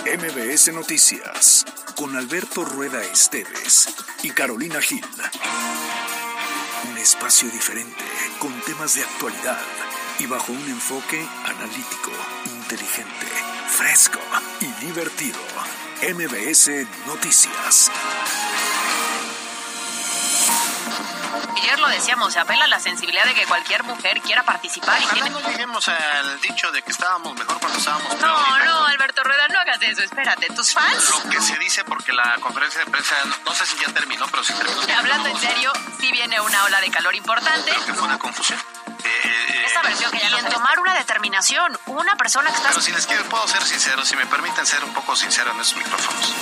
MBS Noticias, con Alberto Rueda Esteves y Carolina Gil. Un espacio diferente, con temas de actualidad y bajo un enfoque analítico, inteligente, fresco y divertido. MBS Noticias. Ayer lo decíamos, se apela a la sensibilidad de que cualquier mujer quiera participar. Ojalá no lleguemos al dicho de que estábamos mejor cuando estábamos peor. No, Alberto Rueda, no hagas eso, espérate. ¿Tus fans? Lo que se dice, porque la conferencia de prensa, no sé si ya terminó, pero sí terminó. Hablando en serio, sí viene una ola de calor importante. Creo que fue una confusión. Esta versión que ya y en tomar una determinación, una persona que está... Pero si les quiero, puedo ser sincero, si me permiten ser un poco sincero en estos micrófonos.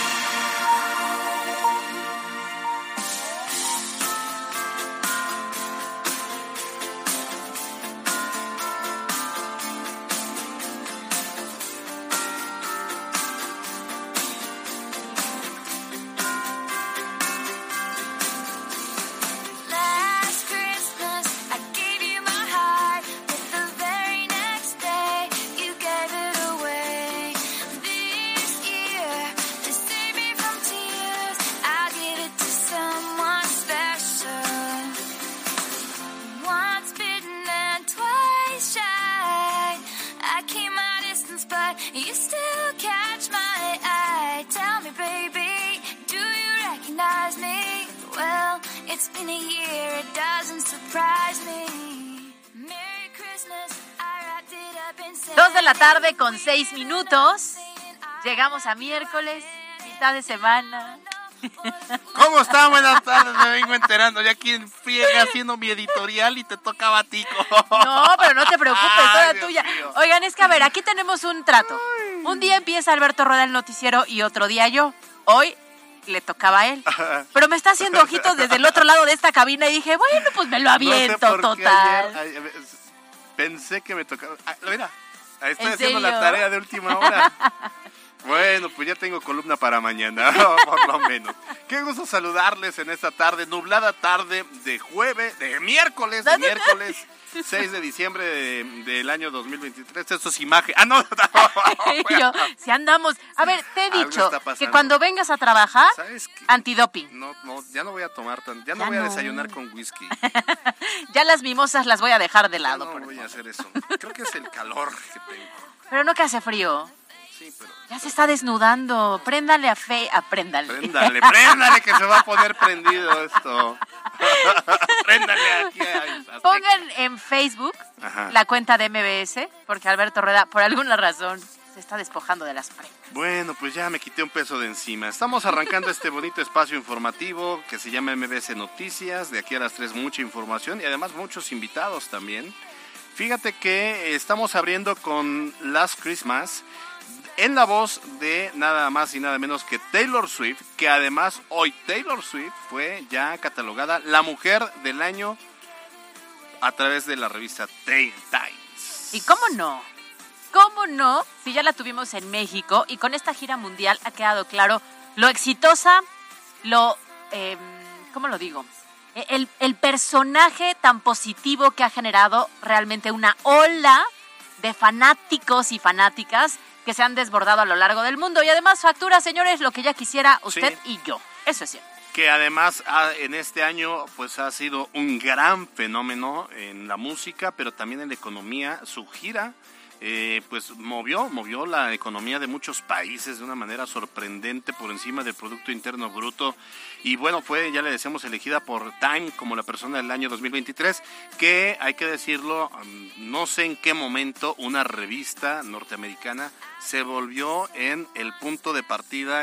Tarde con 6 minutos. Llegamos a miércoles, mitad de semana. ¿Cómo está? Buenas tardes, me vengo enterando. Ya quien friega haciendo mi editorial y te tocaba a ti. No, pero no te preocupes, toda tuya. Mío. Oigan, es que a ver, aquí tenemos un trato. Un día empieza Alberto Rueda el noticiero y otro día yo. Hoy le tocaba a él. Pero me está haciendo ojitos desde el otro lado de esta cabina y dije, bueno, pues me lo aviento, no sé por qué total. ayer, pensé que me tocaba. Mira. Estoy ¿En haciendo serio? la tarea de última hora. Bueno, pues ya tengo columna para mañana, por lo menos. Qué gusto saludarles en esta tarde, nublada tarde de miércoles 6 de diciembre del año 2023. Esto es imagen. Ah, no. Yo, si andamos. A ver, te he Algo dicho está pasando. que cuando vengas a trabajar, ¿Sabes qué? antidoping. No, ya no voy a tomar ya no Ya voy a no. desayunar con whisky. Ya las mimosas las voy a dejar de Ya lado. no por voy a favor. hacer eso. Creo que es el calor que tengo. Pero no que hace frío. Sí, pero... Ya se está desnudando. Préndale préndale. Préndale que se va a poner prendido esto. Préndale aquí. Pongan en Facebook Ajá. la cuenta de MBS, porque Alberto Rueda, por alguna razón, se está despojando de las prendas. Bueno, pues ya me quité un peso de encima. Estamos arrancando este bonito espacio informativo que se llama MBS Noticias. De aquí a las 3 mucha información y además muchos invitados también. Fíjate que estamos abriendo con Last Christmas en la voz de nada más y nada menos que Taylor Swift, que además hoy Taylor Swift fue ya catalogada la mujer del año a través de la revista Times. ¿Y cómo no? ¿Cómo no? Si ya la tuvimos en México y con esta gira mundial ha quedado claro lo exitosa, ¿cómo lo digo? El personaje tan positivo que ha generado realmente una ola de fanáticos y fanáticas que se han desbordado a lo largo del mundo. Y además factura, señores, lo que ya quisiera usted y yo. Eso es cierto. Que además en este año pues ha sido un gran fenómeno en la música, pero también en la economía. Su gira pues movió la economía de muchos países de una manera sorprendente por encima del Producto Interno Bruto. Y bueno, fue, ya le decíamos, elegida por Time como la persona del año 2023, que hay que decirlo, no sé en qué momento una revista norteamericana se volvió en el punto de partida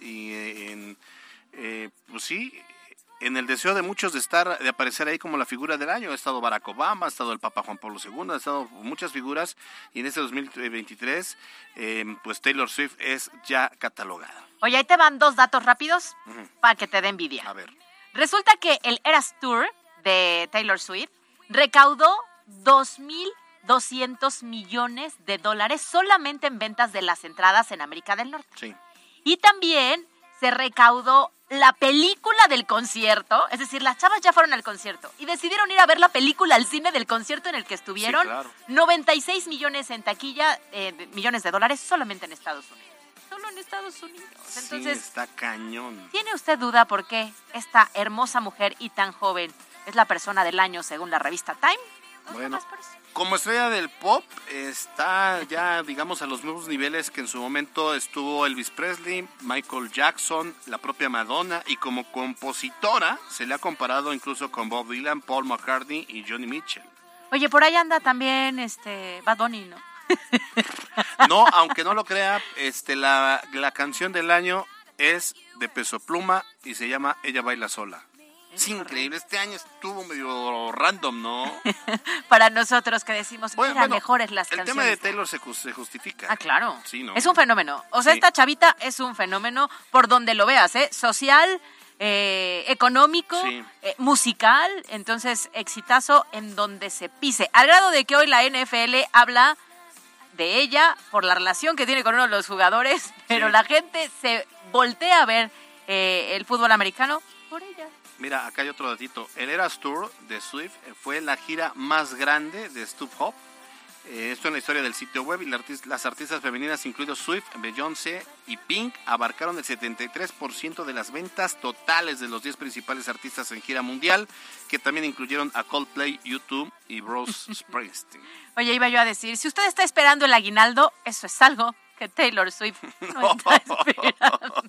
pues sí, en el deseo de muchos de aparecer ahí como la figura del año. Ha estado Barack Obama, ha estado el Papa Juan Pablo II, ha estado muchas figuras, y en este 2023 pues Taylor Swift es ya catalogada. Oye, ahí te van 2 datos rápidos para que te dé envidia. A ver. Resulta que el Eras Tour de Taylor Swift recaudó 2.200 millones de dólares solamente en ventas de las entradas en América del Norte. Sí. Y también se recaudó la película del concierto, es decir, las chavas ya fueron al concierto y decidieron ir a ver la película al cine del concierto en el que estuvieron. Sí, claro. 96 millones en taquilla, millones de dólares solamente en Estados Unidos. en Estados Unidos. Entonces, sí, está cañón. ¿Tiene usted duda por qué esta hermosa mujer y tan joven es la persona del año según la revista Time? Bueno, como estrella del pop está ya, digamos, a los mismos niveles que en su momento estuvo Elvis Presley, Michael Jackson, la propia Madonna, y como compositora se le ha comparado incluso con Bob Dylan, Paul McCartney y Joni Mitchell. Oye, por ahí anda también Bad Bunny, ¿no? No, aunque no lo crea, la canción del año es de Peso Pluma y se llama Ella Baila Sola. Es increíble, este año estuvo medio random, ¿no? Para nosotros que decimos, eran mejores las canciones. El tema de Taylor se justifica. Ah, claro. Sí, ¿no? Es un fenómeno. O sea, sí. Esta chavita es un fenómeno por donde lo veas, social, económico, sí. Musical. Entonces, exitazo en donde se pise. Al grado de que hoy la NFL habla de ella por la relación que tiene con uno de los jugadores, pero sí. La gente se voltea a ver el fútbol americano por ella. Mira, acá hay otro datito. El Eras Tour de Swift fue la gira más grande de Stuff Hop. Esto en la historia del sitio web. Y las artistas femeninas, incluidos Swift, Beyoncé y Pink, abarcaron el 73% de las ventas totales de los 10 principales artistas en gira mundial, que también incluyeron a Coldplay, U2 y Bruce Springsteen. Oye, iba yo a decir, si usted está esperando el aguinaldo, eso es algo que Taylor Swift no está esperando.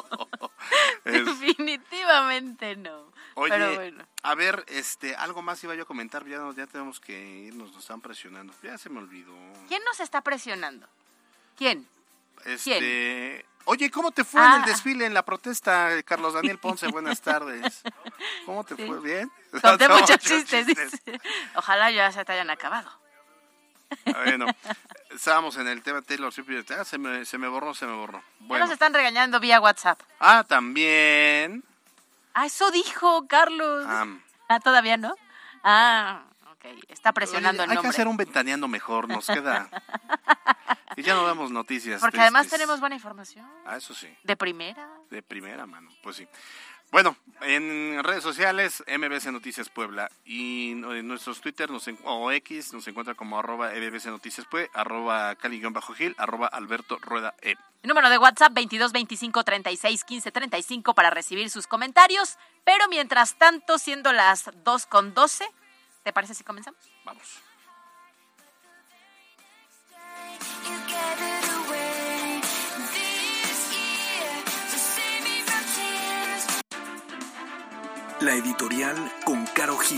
Definitivamente no. Oye, pero bueno. A ver, algo más iba yo a comentar, ya tenemos que irnos, nos están presionando. Ya se me olvidó. ¿Quién nos está presionando? ¿Quién? ¿Quién? Oye, ¿cómo te fue en el desfile, en la protesta, Carlos Daniel Ponce? Buenas tardes. ¿Cómo te fue? ¿Bien? Conté muchos chistes. Ojalá ya se te hayan acabado. Bueno, estábamos en el tema Taylor Swift. Se me borró. Bueno. Ya nos están regañando vía WhatsApp. Ah, también. Ah, eso dijo Carlos. ¿Todavía no? Ok. Está presionando el nombre. Hay que hacer un ventaneando mejor, nos queda. Y ya no damos noticias. Porque además tenemos buena información. Eso sí. ¿De primera? De primera mano, pues sí. Bueno, en redes sociales, MBC Noticias Puebla, y en nuestros Twitter o X nos encuentra como @MBC Noticias Pue, @Cali_Gil, @Alberto Rueda E. El número de WhatsApp 22 25 36 15 35 para recibir sus comentarios. Pero mientras tanto, siendo las 2:12, ¿te parece si comenzamos? Vamos. La editorial con Caro Gil.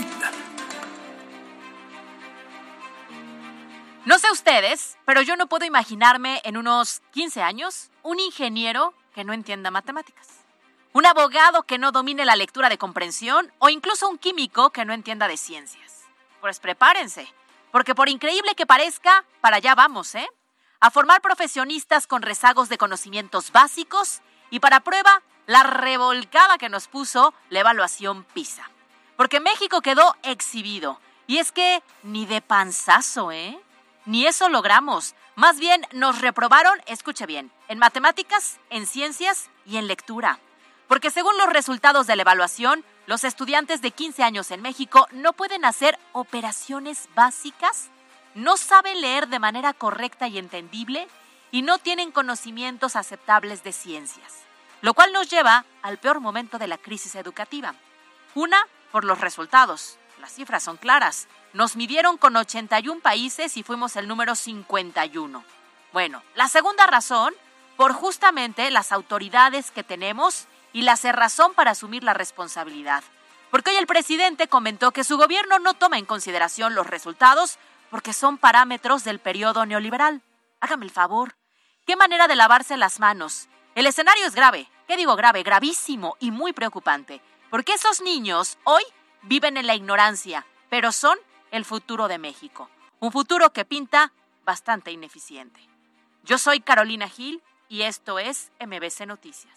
No sé ustedes, pero yo no puedo imaginarme en unos 15 años un ingeniero que no entienda matemáticas, un abogado que no domine la lectura de comprensión o incluso un químico que no entienda de ciencias. Pues prepárense, porque por increíble que parezca, para allá vamos, a formar profesionistas con rezagos de conocimientos básicos y para prueba la revolcada que nos puso la evaluación PISA. Porque México quedó exhibido. Y es que ni de panzazo, Ni eso logramos. Más bien nos reprobaron, escuche bien, en matemáticas, en ciencias y en lectura. Porque según los resultados de la evaluación, los estudiantes de 15 años en México no pueden hacer operaciones básicas, no saben leer de manera correcta y entendible y no tienen conocimientos aceptables de ciencias. Lo cual nos lleva al peor momento de la crisis educativa. Una, por los resultados. Las cifras son claras. Nos midieron con 81 países y fuimos el número 51. Bueno, la segunda razón, por justamente las autoridades que tenemos y la cerrazón para asumir la responsabilidad. Porque hoy el presidente comentó que su gobierno no toma en consideración los resultados porque son parámetros del periodo neoliberal. Hágame el favor. ¿Qué manera de lavarse las manos? El escenario es grave. ¿Qué digo grave? Gravísimo y muy preocupante. Porque esos niños hoy viven en la ignorancia, pero son el futuro de México. Un futuro que pinta bastante ineficiente. Yo soy Carolina Gil y esto es MBC Noticias.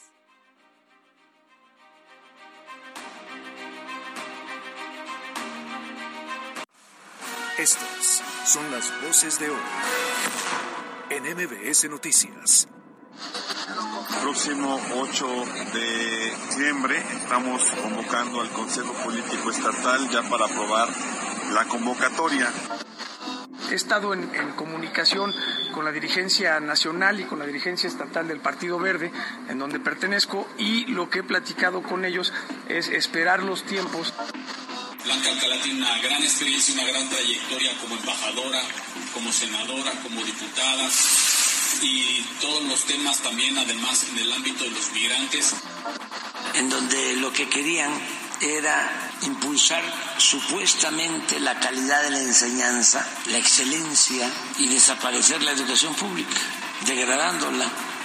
Estas son las voces de hoy en MBS Noticias. Próximo 8 de diciembre estamos convocando al Consejo Político Estatal ya para aprobar la convocatoria. He estado en comunicación con la dirigencia nacional y con la dirigencia estatal del Partido Verde, en donde pertenezco, y lo que he platicado con ellos es esperar los tiempos. Blanca Alcalá tiene una gran experiencia, una gran trayectoria como embajadora, como senadora, como diputada, y todos los temas también, además, en el ámbito de los migrantes. En donde lo que querían era impulsar supuestamente la calidad de la enseñanza, la excelencia, y desaparecer la educación pública, degradándola.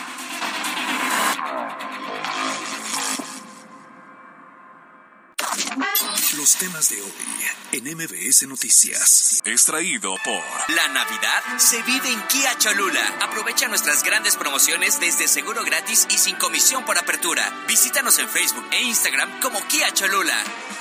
Los temas de hoy en MBS Noticias. Extraído por... La Navidad se vive en Kia Cholula. Aprovecha nuestras grandes promociones desde seguro gratis y sin comisión por apertura. Visítanos en Facebook e Instagram como Kia Cholula.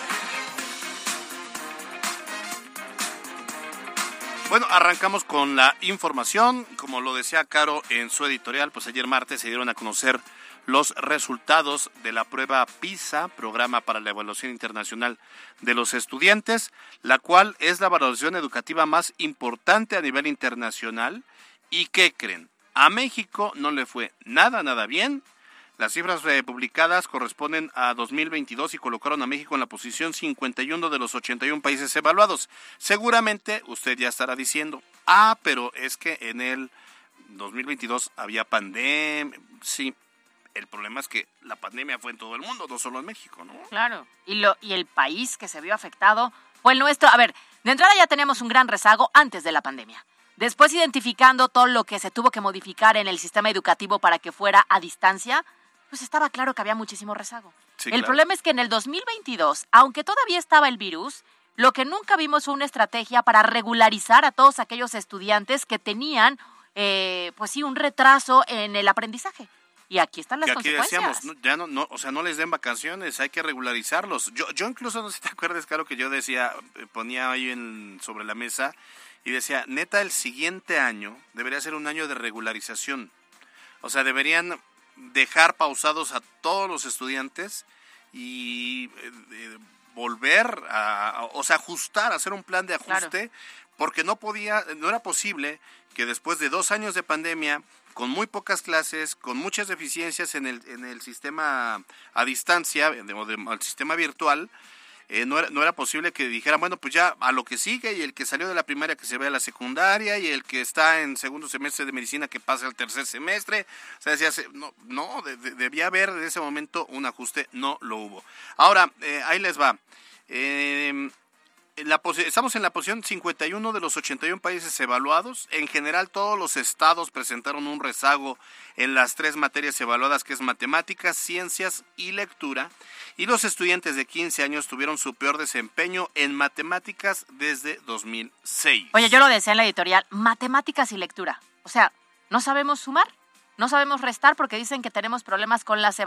Bueno, arrancamos con la información. Como lo decía Caro en su editorial, pues ayer martes se dieron a conocer los resultados de la prueba PISA, Programa para la Evaluación Internacional de los Estudiantes, la cual es la evaluación educativa más importante a nivel internacional. ¿Y qué creen? A México no le fue nada bien. Las cifras publicadas corresponden a 2022 y colocaron a México en la posición 51 de los 81 países evaluados. Seguramente usted ya estará diciendo, pero es que en el 2022 había pandemia. Sí, el problema es que la pandemia fue en todo el mundo, no solo en México, ¿no? Claro, y el país que se vio afectado fue el nuestro. A ver, de entrada ya tenemos un gran rezago antes de la pandemia. Después, identificando todo lo que se tuvo que modificar en el sistema educativo para que fuera a distancia, pues estaba claro que había muchísimo rezago. Sí, el problema es que en el 2022, aunque todavía estaba el virus, lo que nunca vimos fue una estrategia para regularizar a todos aquellos estudiantes que tenían, un retraso en el aprendizaje. Y aquí están las consecuencias. Decíamos, ya no les den vacaciones, hay que regularizarlos. Yo incluso, no sé si te acuerdas, claro, que yo decía, ponía ahí sobre la mesa y decía, neta, el siguiente año debería ser un año de regularización. O sea, deberían dejar pausados a todos los estudiantes y volver ajustar, hacer un plan de ajuste, claro, porque no era posible que después de 2 años de pandemia, con muy pocas clases, con muchas deficiencias en el sistema a distancia, el sistema virtual, no era posible que dijeran, bueno, pues ya a lo que sigue, y el que salió de la primaria que se vea a la secundaria, y el que está en segundo semestre de medicina que pase al tercer semestre. O sea, debía haber en ese momento un ajuste, no lo hubo. Ahora, ahí les va. Estamos en la posición 51 de los 81 países evaluados. En general, todos los estados presentaron un rezago en las 3 materias evaluadas, que es matemáticas, ciencias y lectura. Y los estudiantes de 15 años tuvieron su peor desempeño en matemáticas desde 2006. Oye, yo lo decía en la editorial, matemáticas y lectura. O sea, no sabemos sumar, no sabemos restar, porque dicen que tenemos problemas con las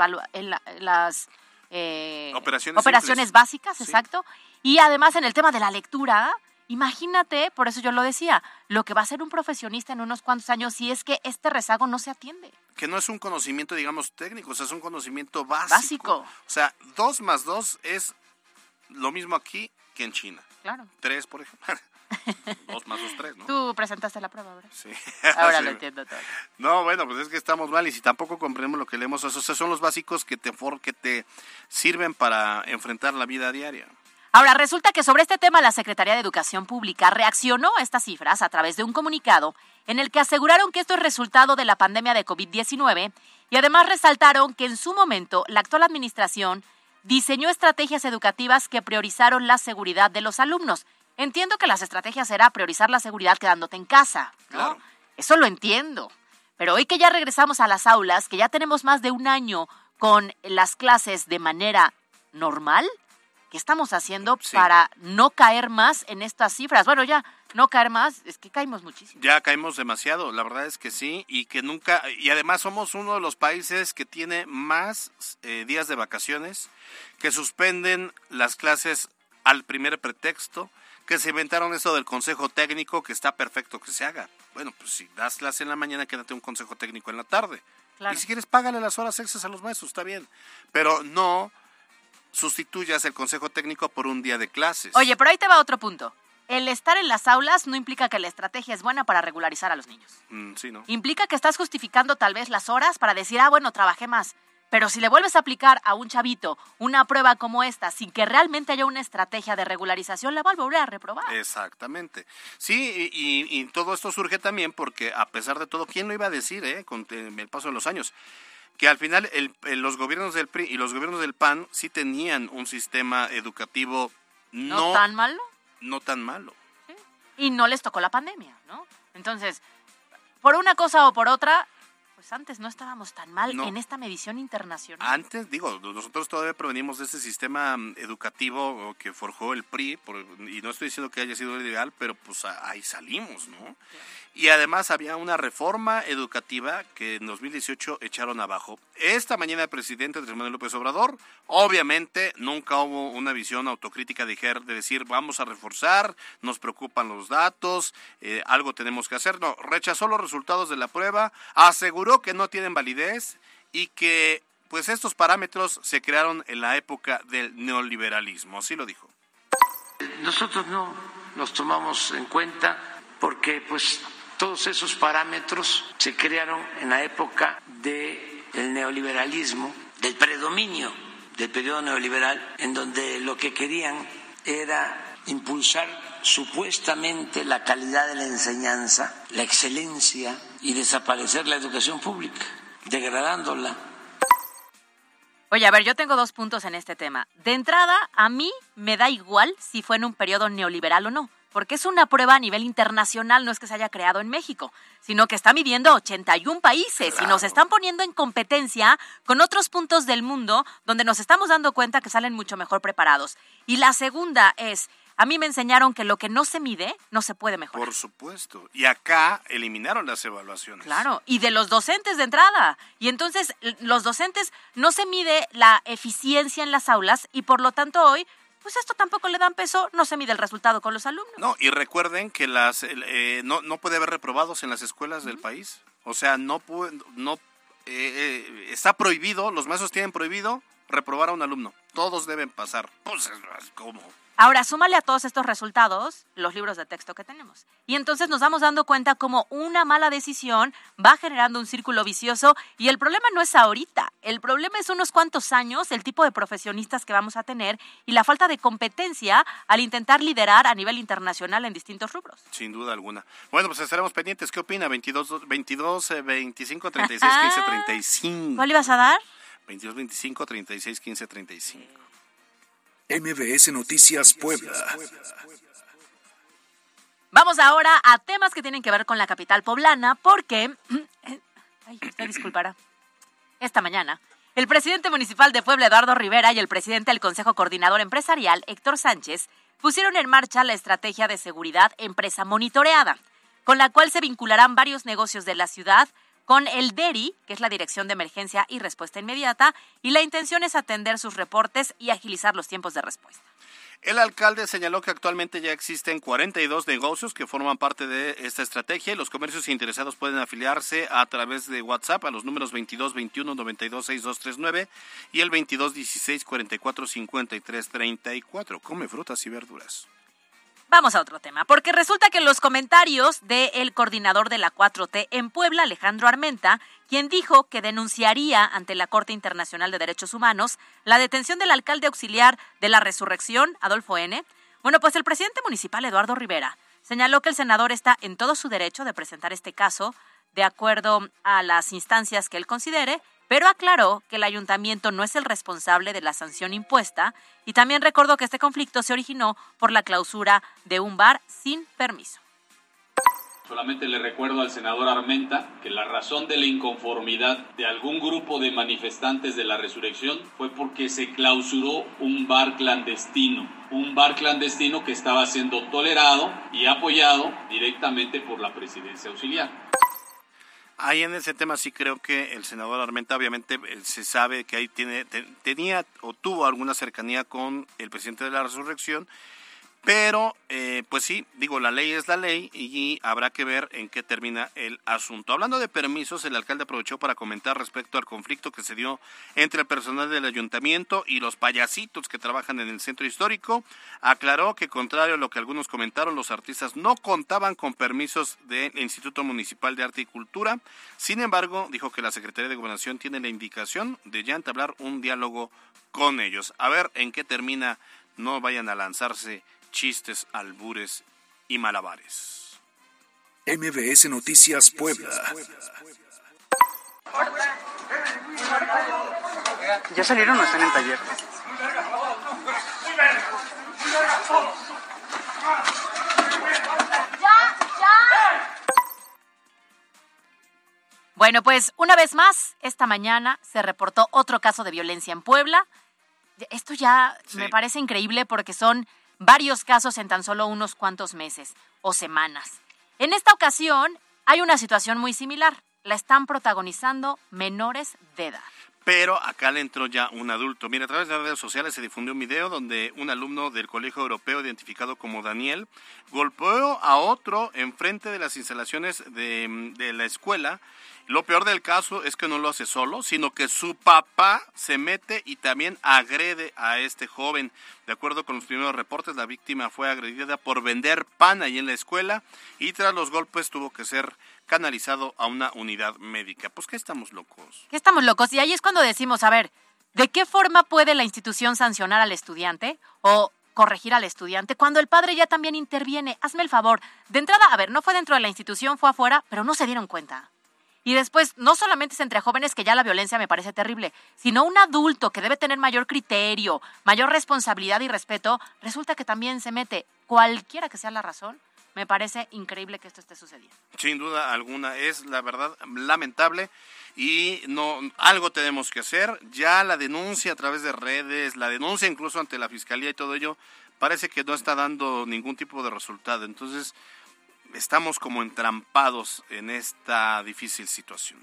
operaciones básicas, sí. Exacto. Y además en el tema de la lectura, imagínate, por eso yo lo decía, lo que va a ser un profesionista en unos cuantos años si es que este rezago no se atiende. Que no es un conocimiento, digamos, técnico, o sea, es un conocimiento básico. O sea, 2 más 2 es lo mismo aquí que en China. Claro. 3, por ejemplo. 2 más 2, 3, ¿no? Tú presentaste la prueba, ¿verdad? Sí. Ahora sí. Lo entiendo todo. No, bueno, pues es que estamos mal, y si tampoco comprendemos lo que leemos, esos son los básicos que te sirven para enfrentar la vida diaria. Ahora, resulta que sobre este tema la Secretaría de Educación Pública reaccionó a estas cifras a través de un comunicado en el que aseguraron que esto es resultado de la pandemia de COVID-19 y además resaltaron que en su momento la actual administración diseñó estrategias educativas que priorizaron la seguridad de los alumnos. Entiendo que las estrategias era priorizar la seguridad quedándote en casa, ¿no? Claro. Eso lo entiendo. Pero hoy que ya regresamos a las aulas, que ya tenemos más de 1 año con las clases de manera normal, ¿qué estamos haciendo para no caer más en estas cifras? Bueno, ya no caer más, es que caímos muchísimo. Ya caímos demasiado, la verdad es que sí, y que nunca, y además somos uno de los países que tiene más días de vacaciones, que suspenden las clases al primer pretexto, que se inventaron eso del consejo técnico, que está perfecto que se haga. Bueno, pues si das clase en la mañana, quédate un consejo técnico en la tarde. Claro. Y si quieres, págale las horas extras a los maestros, está bien. Pero no sustituyas el consejo técnico por un día de clases. Oye, pero ahí te va otro punto. el estar en las aulas no implica que la estrategia es buena para regularizar a los niños. Sí, ¿no? Implica que estás justificando tal vez las horas para decir, bueno, trabajé más. Pero si le vuelves a aplicar a un chavito una prueba como esta sin que realmente haya una estrategia de regularización, la va a volver a reprobar. Exactamente. Sí, y todo esto surge también porque, a pesar de todo, ¿quién lo iba a decir con el paso de los años? Que al final los gobiernos del PRI y los gobiernos del PAN sí tenían un sistema educativo no tan malo. No tan malo. Sí. Y no les tocó la pandemia, ¿no? Entonces, por una cosa o por otra, pues antes no estábamos tan mal en esta medición internacional. Antes, nosotros todavía provenimos de ese sistema educativo que forjó el PRI, y no estoy diciendo que haya sido ideal, pero pues ahí salimos, ¿no? Claro. Y además había una reforma educativa que en 2018 echaron abajo. Esta mañana el presidente Andrés Manuel López Obrador, obviamente nunca hubo una visión autocrítica de decir vamos a reforzar, nos preocupan los datos, algo tenemos que hacer. No, rechazó los resultados de la prueba, aseguró que no tienen validez y que pues estos parámetros se crearon en la época del neoliberalismo, así lo dijo. Nosotros no los tomamos en cuenta porque pues todos esos parámetros se crearon en la época del neoliberalismo, del predominio del periodo neoliberal, en donde lo que querían era impulsar supuestamente la calidad de la enseñanza, la excelencia y desaparecer la educación pública, degradándola. Oye, a ver, yo tengo 2 puntos en este tema. De entrada, a mí me da igual si fue en un periodo neoliberal o no, porque es una prueba a nivel internacional, no es que se haya creado en México, sino que está midiendo 81 países y nos están poniendo en competencia con otros puntos del mundo donde nos estamos dando cuenta que salen mucho mejor preparados. Y la segunda es, a mí me enseñaron que lo que no se mide no se puede mejorar. Por supuesto. Y acá eliminaron las evaluaciones. Claro, y de los docentes de entrada. Y entonces los docentes no se mide la eficiencia en las aulas y por lo tanto hoy pues esto tampoco le dan peso, no se mide el resultado con los alumnos. No, y recuerden que no puede haber reprobados en las escuelas del país. O sea, está prohibido, los maestros tienen prohibido reprobar a un alumno. Todos deben pasar. Pues, ¿cómo? Ahora, súmale a todos estos resultados los libros de texto que tenemos. Y entonces nos vamos dando cuenta cómo una mala decisión va generando un círculo vicioso y el problema no es ahorita. El problema es unos cuantos años, el tipo de profesionistas que vamos a tener y la falta de competencia al intentar liderar a nivel internacional en distintos rubros. Sin duda alguna. Bueno, pues estaremos pendientes. ¿Qué opina? 22, 25, 36, 15, 35. ¿Cuál ibas a dar? 22, 25, 36, 15, 35. MBS Noticias Puebla. Vamos ahora a temas que tienen que ver con la capital poblana porque, usted disculpará, esta mañana, el presidente municipal de Puebla, Eduardo Rivera, y el presidente del Consejo Coordinador Empresarial, Héctor Sánchez, pusieron en marcha la estrategia de seguridad Empresa Monitoreada, con la cual se vincularán varios negocios de la ciudad con el DERI, que es la Dirección de Emergencia y Respuesta Inmediata, y la intención es atender sus reportes y agilizar los tiempos de respuesta. El alcalde señaló que actualmente ya existen 42 negocios que forman parte de esta estrategia y los comercios interesados pueden afiliarse a través de WhatsApp a los números 22 21 92 6239 y el 22 16 44 53 34. Come frutas y verduras. Vamos a otro tema, porque resulta que los comentarios del coordinador de la 4T en Puebla, Alejandro Armenta, quien dijo que denunciaría ante la Corte Internacional de Derechos Humanos la detención del alcalde auxiliar de la Resurrección, Adolfo N., bueno, pues el presidente municipal, Eduardo Rivera, señaló que el senador está en todo su derecho de presentar este caso de acuerdo a las instancias que él considere, pero aclaró que el ayuntamiento no es el responsable de la sanción impuesta y también recordó que este conflicto se originó por la clausura de un bar sin permiso. Solamente le recuerdo al senador Armenta que la razón de la inconformidad de algún grupo de manifestantes de la Resurrección fue porque se clausuró un bar clandestino que estaba siendo tolerado y apoyado directamente por la presidencia auxiliar. Ahí en ese tema sí creo que el senador Armenta obviamente se sabe que ahí tenía o tuvo alguna cercanía con el presidente de la Resurrección, Pero, pues sí, digo, la ley es la ley y habrá que ver en qué termina el asunto. Hablando de permisos, el alcalde aprovechó para comentar respecto al conflicto que se dio entre el personal del ayuntamiento y los payasitos que trabajan en el centro histórico. Aclaró que, contrario a lo que algunos comentaron, los artistas no contaban con permisos del Instituto Municipal de Arte y Cultura. Sin embargo, dijo que la Secretaría de Gobernación tiene la indicación de ya entablar un diálogo con ellos. A ver en qué termina, no vayan a lanzarse chistes, albures y malabares. MBS Noticias Puebla. ¿Ya salieron o están en taller? Bueno, pues una vez más, esta mañana se reportó otro caso de violencia en Puebla. Esto ya me parece increíble porque son varios casos en tan solo unos cuantos meses o semanas. En esta ocasión hay una situación muy similar. La están protagonizando menores de edad. Pero acá le entró ya un adulto. Mira, a través de las redes sociales se difundió un video donde un alumno del Colegio Europeo, identificado como Daniel, golpeó a otro enfrente de las instalaciones de la escuela. Lo peor del caso es que no lo hace solo, sino que su papá se mete y también agrede a este joven. De acuerdo con los primeros reportes, la víctima fue agredida por vender pan ahí en la escuela y tras los golpes tuvo que ser canalizado a una unidad médica. Pues que estamos locos. ¿Qué estamos locos? Y ahí es cuando decimos, a ver, ¿de qué forma puede la institución sancionar al estudiante o corregir al estudiante cuando el padre ya también interviene? Hazme el favor. De entrada, a ver, no fue dentro de la institución, fue afuera, pero no se dieron cuenta. Y después, no solamente es entre jóvenes, que ya la violencia me parece terrible, sino un adulto que debe tener mayor criterio, mayor responsabilidad y respeto, resulta que también se mete. Cualquiera que sea la razón, me parece increíble que esto esté sucediendo. Sin duda alguna, es la verdad lamentable y no algo tenemos que hacer. Ya la denuncia a través de redes, la denuncia incluso ante la Fiscalía y todo ello, parece que no está dando ningún tipo de resultado. Entonces, estamos como entrampados en esta difícil situación.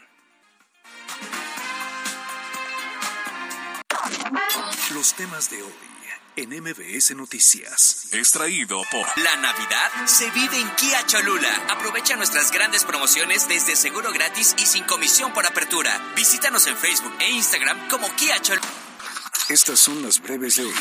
Los temas de hoy en MBS Noticias. Extraído por... La Navidad se vive en Kia Cholula. Aprovecha nuestras grandes promociones desde seguro gratis y sin comisión por apertura. Visítanos en Facebook e Instagram como Kia Cholula. Estas son las breves de hoy.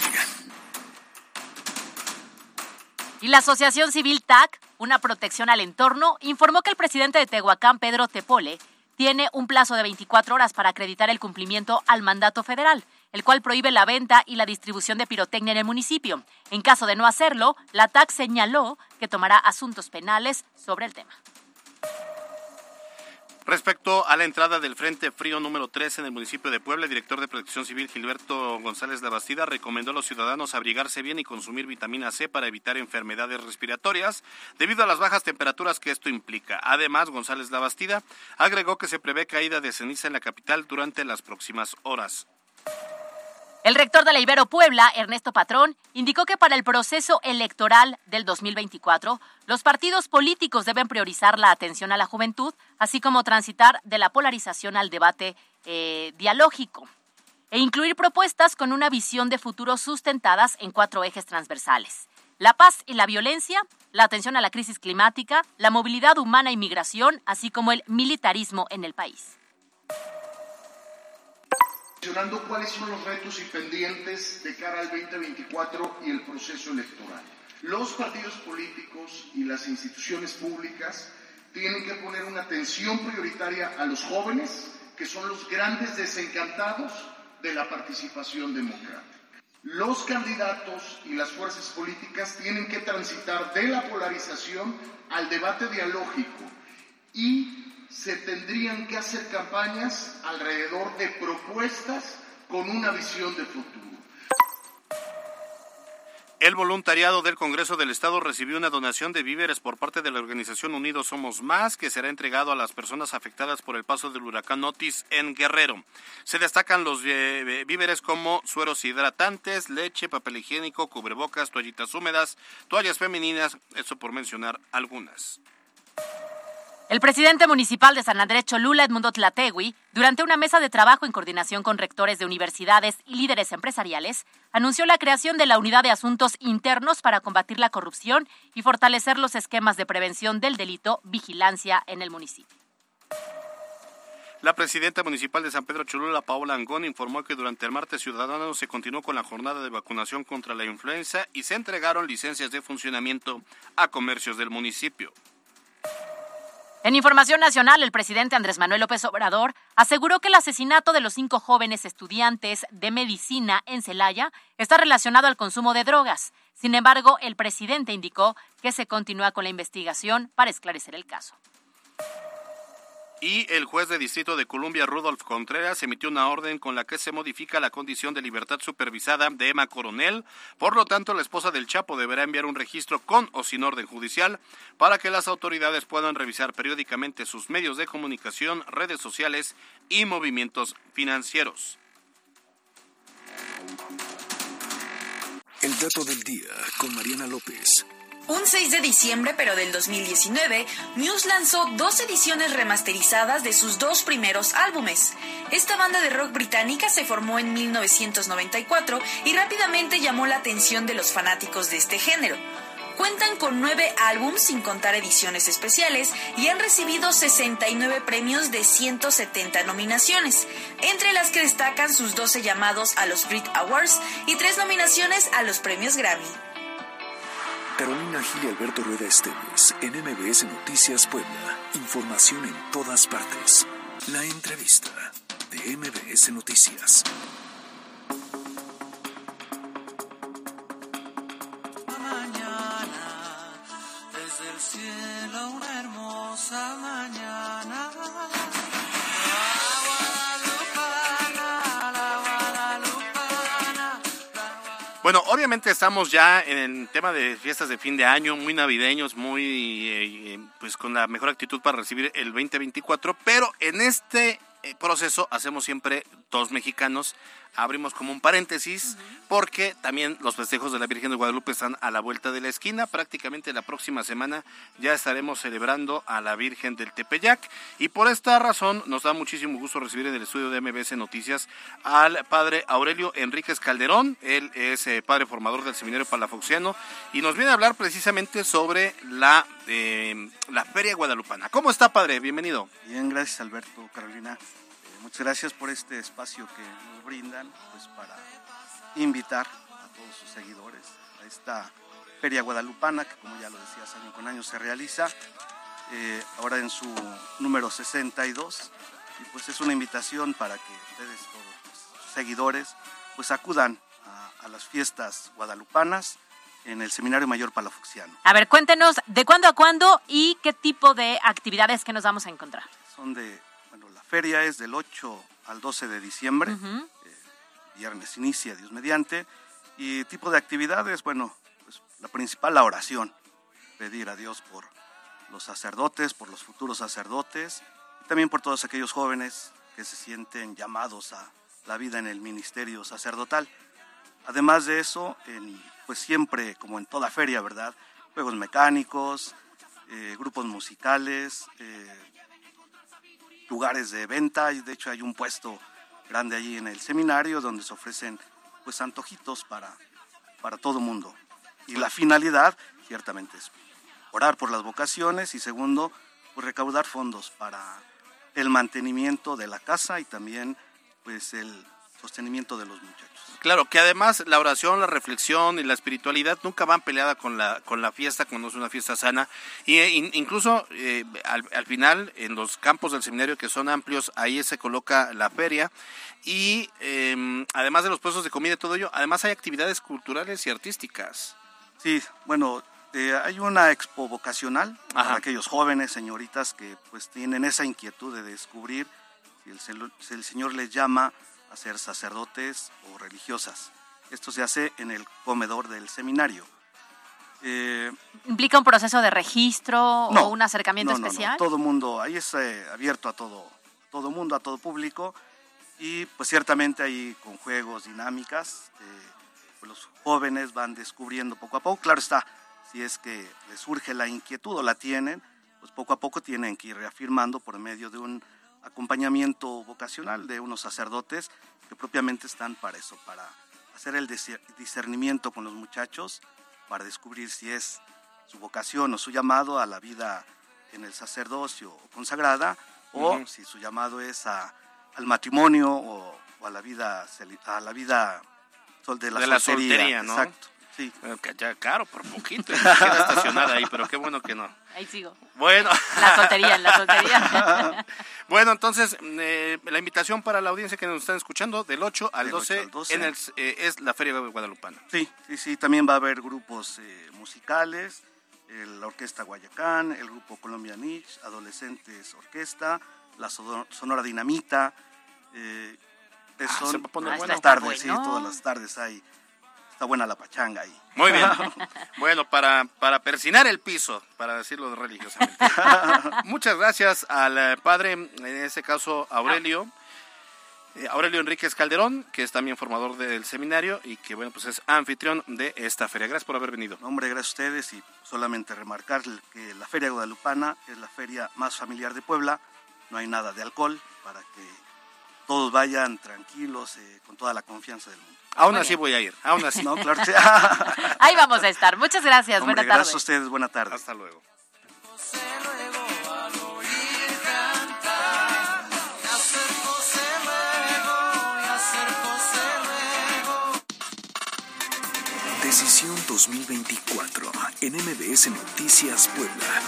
Y la Asociación Civil TAC, una protección al entorno, informó que el presidente de Tehuacán, Pedro Tepole, tiene un plazo de 24 horas para acreditar el cumplimiento al mandato federal, el cual prohíbe la venta y la distribución de pirotecnia en el municipio. En caso de no hacerlo, la TAC señaló que tomará asuntos penales sobre el tema. Respecto a la entrada del Frente Frío número 3 en el municipio de Puebla, el director de Protección Civil, Gilberto González Labastida, recomendó a los ciudadanos abrigarse bien y consumir vitamina C para evitar enfermedades respiratorias debido a las bajas temperaturas que esto implica. Además, González Labastida agregó que se prevé caída de ceniza en la capital durante las próximas horas. El rector de la Ibero Puebla, Ernesto Patrón, indicó que para el proceso electoral del 2024, los partidos políticos deben priorizar la atención a la juventud, así como transitar de la polarización al debate dialógico e incluir propuestas con una visión de futuro sustentadas en 4 ejes transversales: la paz y la violencia, la atención a la crisis climática, la movilidad humana y migración, así como el militarismo en el país. Mencionando cuáles son los retos y pendientes de cara al 2024 y el proceso electoral. Los partidos políticos y las instituciones públicas tienen que poner una atención prioritaria a los jóvenes, que son los grandes desencantados de la participación democrática. Los candidatos y las fuerzas políticas tienen que transitar de la polarización al debate dialógico y se tendrían que hacer campañas alrededor de propuestas con una visión de futuro. El voluntariado del Congreso del Estado recibió una donación de víveres por parte de la organización Unidos Somos Más, que será entregado a las personas afectadas por el paso del huracán Otis en Guerrero. Se destacan los víveres como sueros hidratantes, leche, papel higiénico, cubrebocas, toallitas húmedas, toallas femeninas, eso por mencionar algunas. El presidente municipal de San Andrés Cholula, Edmundo Tlategui, durante una mesa de trabajo en coordinación con rectores de universidades y líderes empresariales, anunció la creación de la Unidad de Asuntos Internos para combatir la corrupción y fortalecer los esquemas de prevención del delito, vigilancia en el municipio. La presidenta municipal de San Pedro Cholula, Paola Angón, informó que durante el martes ciudadano se continuó con la jornada de vacunación contra la influenza y se entregaron licencias de funcionamiento a comercios del municipio. En información nacional, el presidente Andrés Manuel López Obrador aseguró que el asesinato de los 5 jóvenes estudiantes de medicina en Celaya está relacionado al consumo de drogas. Sin embargo, el presidente indicó que se continúa con la investigación para esclarecer el caso. Y el juez de distrito de Columbia, Rudolf Contreras, emitió una orden con la que se modifica la condición de libertad supervisada de Emma Coronel. Por lo tanto, la esposa del Chapo deberá enviar un registro con o sin orden judicial para que las autoridades puedan revisar periódicamente sus medios de comunicación, redes sociales y movimientos financieros. El dato del día con Mariana López. Un 6 de diciembre, pero del 2019, Muse lanzó 2 ediciones remasterizadas de sus 2 primeros álbumes. Esta banda de rock británica se formó en 1994 y rápidamente llamó la atención de los fanáticos de este género. Cuentan con 9 álbumes sin contar ediciones especiales y han recibido 69 premios de 170 nominaciones, entre las que destacan sus 12 llamados a los Brit Awards y 3 nominaciones a los premios Grammy. Carolina Gil y Alberto Rueda Esteves, en MBS Noticias Puebla. Información en todas partes. La entrevista de MBS Noticias. Mañana, desde el cielo una hermosa mañana. Bueno, obviamente estamos ya en el tema de fiestas de fin de año, muy navideños, muy pues con la mejor actitud para recibir el 2024, pero en este proceso hacemos siempre 2 mexicanos, abrimos como un paréntesis, porque también los festejos de la Virgen de Guadalupe están a la vuelta de la esquina. Prácticamente la próxima semana ya estaremos celebrando a la Virgen del Tepeyac, y por esta razón nos da muchísimo gusto recibir en el estudio de MBS Noticias al padre Aurelio Enríquez Calderón. Él es padre formador del Seminario Palafoxiano y nos viene a hablar precisamente sobre la Feria Guadalupana. ¿Cómo está, padre? Bienvenido. Bien, gracias, Alberto, Carolina. Muchas gracias por este espacio que nos brindan, pues, para invitar a todos sus seguidores a esta Feria Guadalupana, que, como ya lo decías, año con año se realiza, ahora en su número 62, y pues es una invitación para que ustedes, todos los seguidores, pues acudan a las fiestas guadalupanas en el Seminario Mayor Palafoxiano. A ver, cuéntenos de cuándo a cuándo y qué tipo de actividades que nos vamos a encontrar. La feria es del 8 al 12 de diciembre, viernes inicia, Dios mediante, y tipo de actividades, pues la principal, la oración, pedir a Dios por los sacerdotes, por los futuros sacerdotes, y también por todos aquellos jóvenes que se sienten llamados a la vida en el ministerio sacerdotal. Además de eso, pues siempre, como en toda feria, ¿verdad?, juegos mecánicos, grupos musicales, lugares de venta, y de hecho hay un puesto grande allí en el seminario donde se ofrecen pues antojitos para todo mundo. Y la finalidad ciertamente es orar por las vocaciones y segundo, pues recaudar fondos para el mantenimiento de la casa y también pues el sostenimiento de los muchachos. Claro, que además la oración, la reflexión y la espiritualidad nunca van peleada con la fiesta, cuando es una fiesta sana. Y incluso al final, en los campos del seminario, que son amplios, ahí se coloca la feria. Y además de los puestos de comida y todo ello, además hay actividades culturales y artísticas. Sí, hay una expo vocacional para aquellos jóvenes, señoritas, que pues tienen esa inquietud de descubrir si el Señor les llama a ser sacerdotes o religiosas. Esto se hace en el comedor del seminario. ¿Implica un proceso de registro o un acercamiento especial? No, todo mundo, ahí es abierto a todo mundo, a todo público, y pues ciertamente ahí con juegos, dinámicas, pues los jóvenes van descubriendo poco a poco. Claro está, si es que les surge la inquietud o la tienen, pues poco a poco tienen que ir reafirmando por medio de un acompañamiento vocacional de unos sacerdotes que propiamente están para eso, para hacer el discernimiento con los muchachos, para descubrir si es su vocación o su llamado a la vida en el sacerdocio consagrada, o si su llamado es al matrimonio o a la vida de la soltería, ¿no? Exacto. Sí. Ya, claro, por poquito, queda estacionada ahí, pero qué bueno que no. Ahí sigo. Bueno. La soltería. Bueno, entonces, la invitación para la audiencia que nos están escuchando, del 8 al 12, es la Feria Guadalupana. Sí, también va a haber grupos musicales, la Orquesta Guayacán, el Grupo Colombia Niche, Adolescentes Orquesta, la Sonora Dinamita, se va a poner buenas tardes, sí, todas las tardes hay. Está buena la pachanga ahí. Muy bien. Bueno, para persinar el piso, para decirlo religiosamente. Muchas gracias al padre, en este caso Aurelio Enríquez Calderón, que es también formador del seminario y que, bueno, pues es anfitrión de esta feria. Gracias por haber venido. Hombre, gracias a ustedes, y solamente remarcar que la Feria Guadalupana es la feria más familiar de Puebla. No hay nada de alcohol, para que todos vayan tranquilos, con toda la confianza del mundo. Aún así voy a ir, aún así. No, claro que sí. Ahí vamos a estar. Muchas gracias, Hombre, buena tarde. Gracias a ustedes, buena tarde. Hasta luego. Decisión 2024 en MBS Noticias Puebla.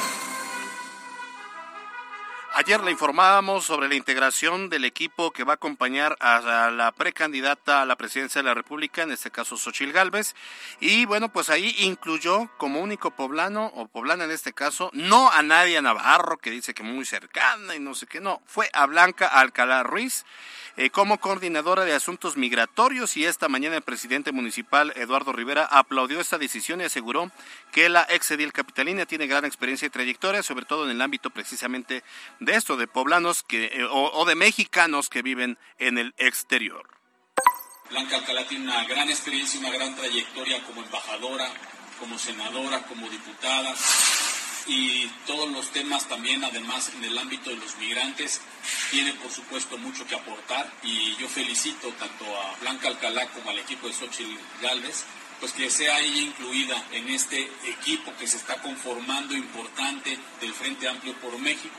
Ayer le informábamos sobre la integración del equipo que va a acompañar a la precandidata a la presidencia de la República, en este caso Xóchitl Gálvez, y bueno, pues ahí incluyó como único poblano, o poblana en este caso, no a Nadia Navarro, que dice que muy cercana y no sé qué, no, fue a Blanca Alcalá Ruiz, como coordinadora de asuntos migratorios, y esta mañana el presidente municipal Eduardo Rivera aplaudió esta decisión y aseguró que la exedil capitalina tiene gran experiencia y trayectoria, sobre todo en el ámbito precisamente de esto, de poblanos o de mexicanos que viven en el exterior. Blanca Alcalá tiene una gran experiencia y una gran trayectoria como embajadora, como senadora, como diputada, y todos los temas también, además, en el ámbito de los migrantes, tiene por supuesto mucho que aportar, y yo felicito tanto a Blanca Alcalá como al equipo de Xóchitl Gálvez, pues que sea ella incluida en este equipo que se está conformando importante del Frente Amplio por México.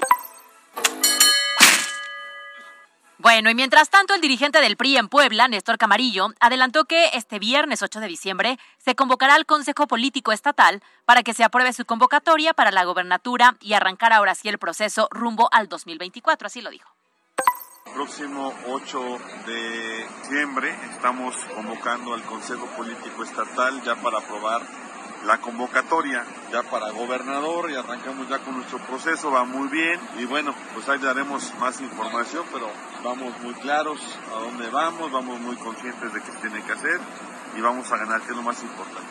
Bueno, y mientras tanto, el dirigente del PRI en Puebla, Néstor Camarillo, adelantó que este viernes 8 de diciembre se convocará al Consejo Político Estatal para que se apruebe su convocatoria para la gobernatura y arrancar ahora sí el proceso rumbo al 2024, así lo dijo. Próximo 8 de diciembre estamos convocando al Consejo Político Estatal ya para aprobar la convocatoria ya para gobernador, y arrancamos ya con nuestro proceso, va muy bien, y bueno, pues ahí daremos más información, pero vamos muy claros a dónde vamos muy conscientes de qué se tiene que hacer, y vamos a ganar, que es lo más importante.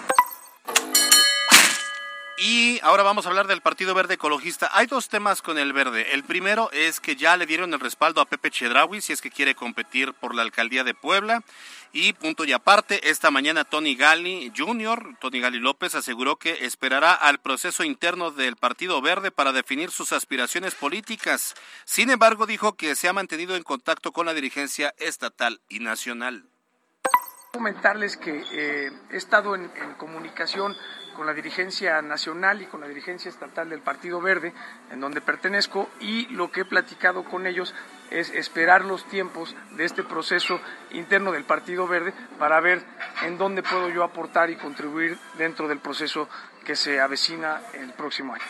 Y ahora vamos a hablar del Partido Verde Ecologista. Hay dos temas con el Verde. El primero es que ya le dieron el respaldo a Pepe Chedraui si es que quiere competir por la alcaldía de Puebla. Y punto y aparte, esta mañana Tony Gali López, aseguró que esperará al proceso interno del Partido Verde para definir sus aspiraciones políticas. Sin embargo, dijo que se ha mantenido en contacto con la dirigencia estatal y nacional. Comentarles que he estado en comunicación con la dirigencia nacional y con la dirigencia estatal del Partido Verde, en donde pertenezco, y lo que he platicado con ellos es esperar los tiempos de este proceso interno del Partido Verde para ver en dónde puedo yo aportar y contribuir dentro del proceso que se avecina el próximo año.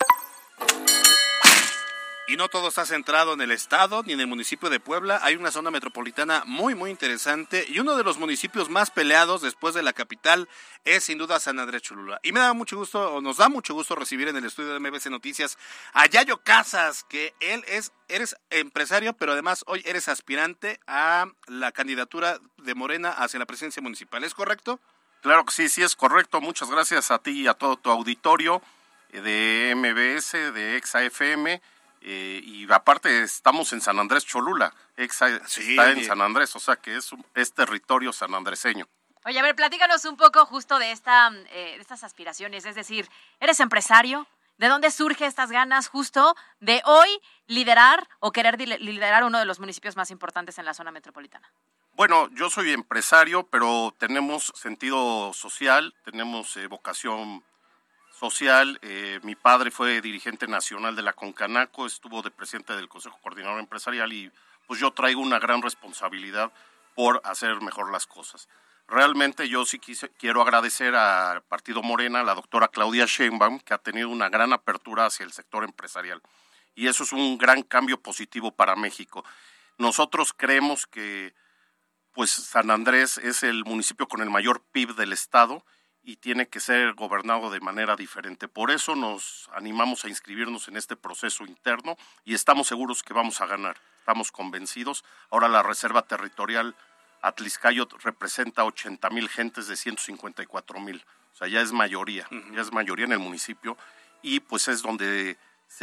Y no todo está centrado en el estado ni en el municipio de Puebla. Hay una zona metropolitana muy interesante, y uno de los municipios más peleados después de la capital es sin duda San Andrés Cholula. Y nos da mucho gusto recibir en el estudio de MBC Noticias a Yayo Casas, que eres empresario, pero además hoy eres aspirante a la candidatura de Morena hacia la presidencia municipal. ¿Es correcto? Claro que sí, es correcto. Muchas gracias a ti y a todo tu auditorio de MBS, de Exa FM. Y aparte estamos en San Andrés Cholula, está en San Andrés, o sea que es territorio sanandreseño. Oye, a ver, platícanos un poco justo de estas aspiraciones, es decir, eres empresario, ¿De dónde surge estas ganas justo de hoy liderar o querer liderar uno de los municipios más importantes en la zona metropolitana? Bueno, yo soy empresario, pero tenemos sentido social, tenemos vocación social. Mi padre fue dirigente nacional de la Concanaco, estuvo de presidente del Consejo Coordinador Empresarial y pues yo traigo una gran responsabilidad por hacer mejor las cosas. Realmente yo sí quiero agradecer al Partido Morena, a la doctora Claudia Sheinbaum, que ha tenido una gran apertura hacia el sector empresarial. Y eso es un gran cambio positivo para México. Nosotros creemos que pues San Andrés es el municipio con el mayor PIB del estado y tiene que ser gobernado de manera diferente. Por eso nos animamos a inscribirnos en este proceso interno y estamos seguros que vamos a ganar. Estamos convencidos. Ahora la Reserva Territorial Atlixcayot representa 80,000 gentes de 154,000. O sea, ya es mayoría en el municipio y pues es donde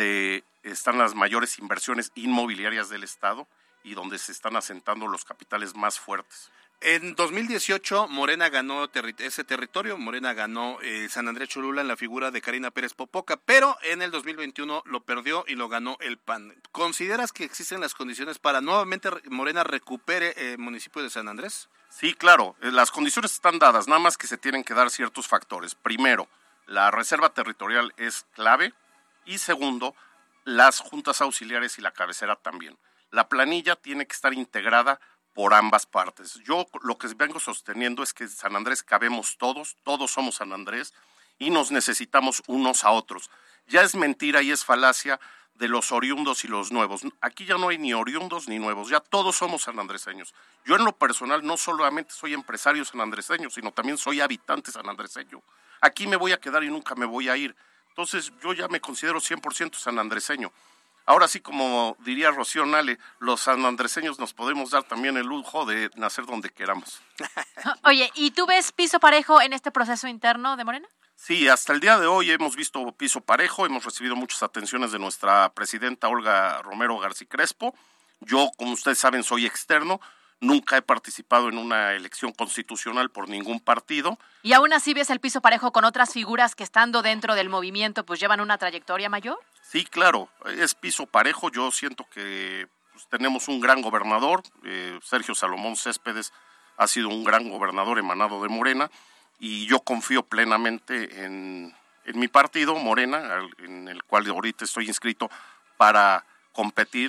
están las mayores inversiones inmobiliarias del estado y donde se están asentando los capitales más fuertes. En 2018 Morena ganó ese territorio, Morena ganó San Andrés Cholula en la figura de Karina Pérez Popoca, pero en el 2021 lo perdió y lo ganó el PAN. ¿Consideras que existen las condiciones para nuevamente Morena recupere el municipio de San Andrés? Sí, claro, las condiciones están dadas, nada más que se tienen que dar ciertos factores. Primero, la reserva territorial es clave y segundo, las juntas auxiliares y la cabecera también. La planilla tiene que estar integrada por ambas partes. Yo lo que vengo sosteniendo es que en San Andrés cabemos todos somos San Andrés y nos necesitamos unos a otros. Ya es mentira y es falacia de los oriundos y los nuevos. Aquí ya no hay ni oriundos ni nuevos, ya todos somos sanandreseños. Yo en lo personal no solamente soy empresario sanandreseño, sino también soy habitante sanandreseño. Aquí me voy a quedar y nunca me voy a ir. Entonces yo ya me considero 100% sanandreseño. Ahora sí, como diría Rocío Nale, los sanandreseños nos podemos dar también el lujo de nacer donde queramos. Oye, ¿y tú ves piso parejo en este proceso interno de Morena? Sí, hasta el día de hoy hemos visto piso parejo, hemos recibido muchas atenciones de nuestra presidenta Olga Romero García Crespo. Yo, como ustedes saben, soy externo, nunca he participado en una elección constitucional por ningún partido. ¿Y aún así ves el piso parejo con otras figuras que estando dentro del movimiento pues llevan una trayectoria mayor? Sí, claro, es piso parejo. Yo siento que pues, tenemos un gran gobernador. Sergio Salomón Céspedes ha sido un gran gobernador emanado de Morena y yo confío plenamente en mi partido, Morena, en el cual ahorita estoy inscrito para competir,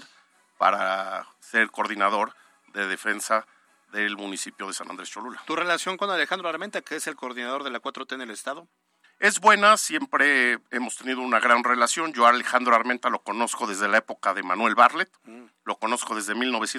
para ser coordinador de defensa del municipio de San Andrés Cholula. ¿Tu relación con Alejandro Armenta, que es el coordinador de la 4T en el estado? Es buena, siempre hemos tenido una gran relación. Yo a Alejandro Armenta lo conozco desde la época de Manuel Bartlett, lo conozco desde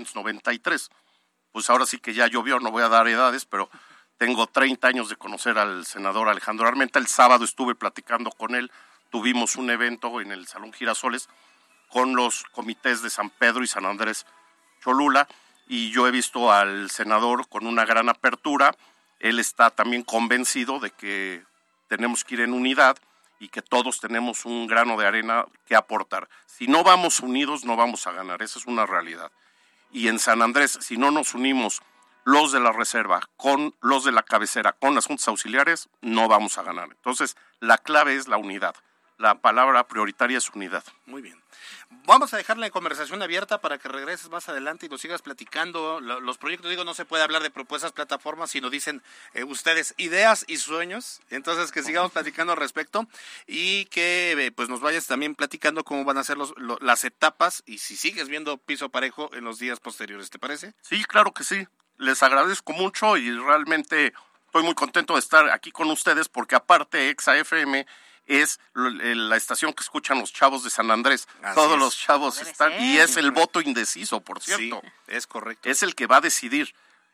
1993. Pues ahora sí que ya llovió, no voy a dar edades, pero tengo 30 años de conocer al senador Alejandro Armenta. El sábado estuve platicando con él, tuvimos un evento en el Salón Girasoles con los comités de San Pedro y San Andrés Cholula, y yo he visto al senador con una gran apertura. Él está también convencido de que tenemos que ir en unidad y que todos tenemos un grano de arena que aportar. Si no vamos unidos, no vamos a ganar, esa es una realidad. Y en San Andrés, si no nos unimos los de la reserva con los de la cabecera, con las juntas auxiliares, no vamos a ganar. Entonces, la clave es la unidad. La palabra prioritaria es unidad. Muy bien. Vamos a dejar la conversación abierta para que regreses más adelante y nos sigas platicando los proyectos. Digo, no se puede hablar de propuestas, plataformas, sino dicen ustedes ideas y sueños. Entonces, que sigamos platicando al respecto y que pues nos vayas también platicando cómo van a ser las etapas y si sigues viendo piso parejo en los días posteriores. ¿Te parece? Sí, claro que sí. Les agradezco mucho y realmente estoy muy contento de estar aquí con ustedes porque aparte EXA-FM es la estación que escuchan los chavos de San Andrés. Todos los chavos están, y es el voto indeciso, por cierto. Sí, es correcto. Es el que va a decidir.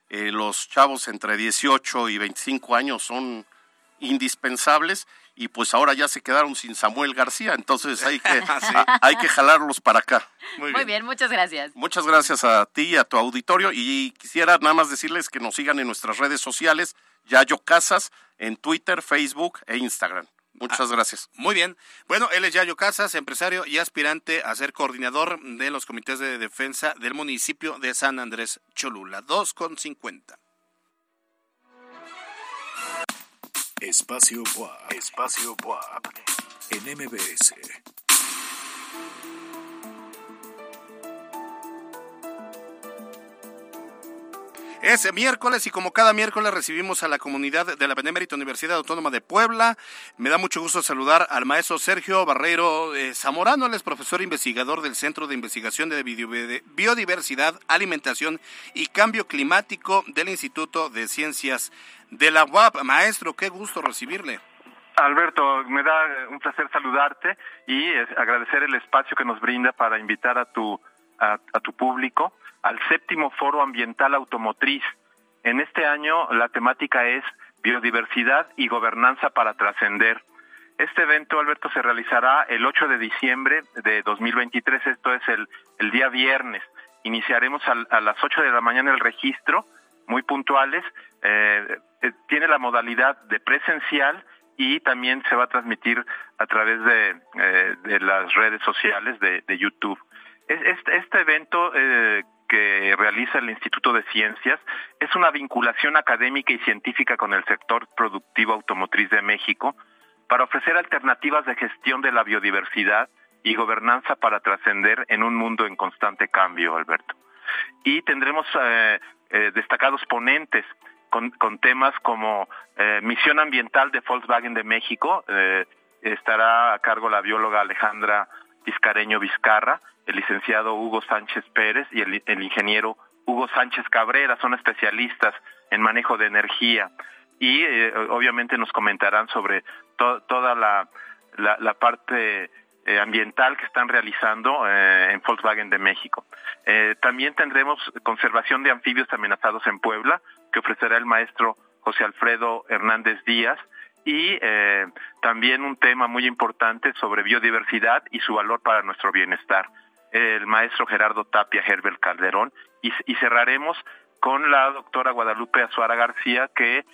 Los chavos entre 18 y 25 años son indispensables y pues ahora ya se quedaron sin Samuel García, entonces hay que jalarlos para acá. Muy bien, muchas gracias. Muchas gracias a ti y a tu auditorio y quisiera nada más decirles que nos sigan en nuestras redes sociales, Yayo Casas, en Twitter, Facebook e Instagram. Muchas gracias. Muy bien. Bueno, él es Yayo Casas, empresario y aspirante a ser coordinador de los comités de defensa del municipio de San Andrés Cholula. 2:50. Espacio WAP. Espacio WAP. en MBS. Es miércoles y como cada miércoles recibimos a la comunidad de la Benemérita Universidad Autónoma de Puebla. Me da mucho gusto saludar al maestro Sergio Barreiro Zamorano. Él es profesor investigador del Centro de Investigación de Biodiversidad, Alimentación y Cambio Climático del Instituto de Ciencias de la UAP. Maestro, qué gusto recibirle. Alberto, me da un placer saludarte y agradecer el espacio que nos brinda para invitar a tu público al 7º Foro Ambiental Automotriz. En este año la temática es Biodiversidad y Gobernanza para Trascender. Este evento, Alberto, se realizará el 8 de diciembre de 2023, esto es el día viernes. Iniciaremos a las 8 de la mañana el registro, muy puntuales. Tiene la modalidad de presencial y también se va a transmitir a través de las redes sociales de YouTube. Este evento que realiza el Instituto de Ciencias es una vinculación académica y científica con el sector productivo automotriz de México para ofrecer alternativas de gestión de la biodiversidad y gobernanza para trascender en un mundo en constante cambio, Alberto. Y tendremos destacados ponentes con temas como misión ambiental de Volkswagen de México. Estará a cargo la bióloga Alejandra Vizcareño Vizcarra, el licenciado Hugo Sánchez Pérez y el ingeniero Hugo Sánchez Cabrera. Son especialistas en manejo de energía y obviamente nos comentarán sobre toda la parte ambiental que están realizando en Volkswagen de México. También tendremos conservación de anfibios amenazados en Puebla, que ofrecerá el maestro José Alfredo Hernández Díaz, y también un tema muy importante sobre biodiversidad y su valor para nuestro bienestar, el maestro Gerardo Tapia Herbert Calderón, y cerraremos con la doctora Guadalupe Azuara García, que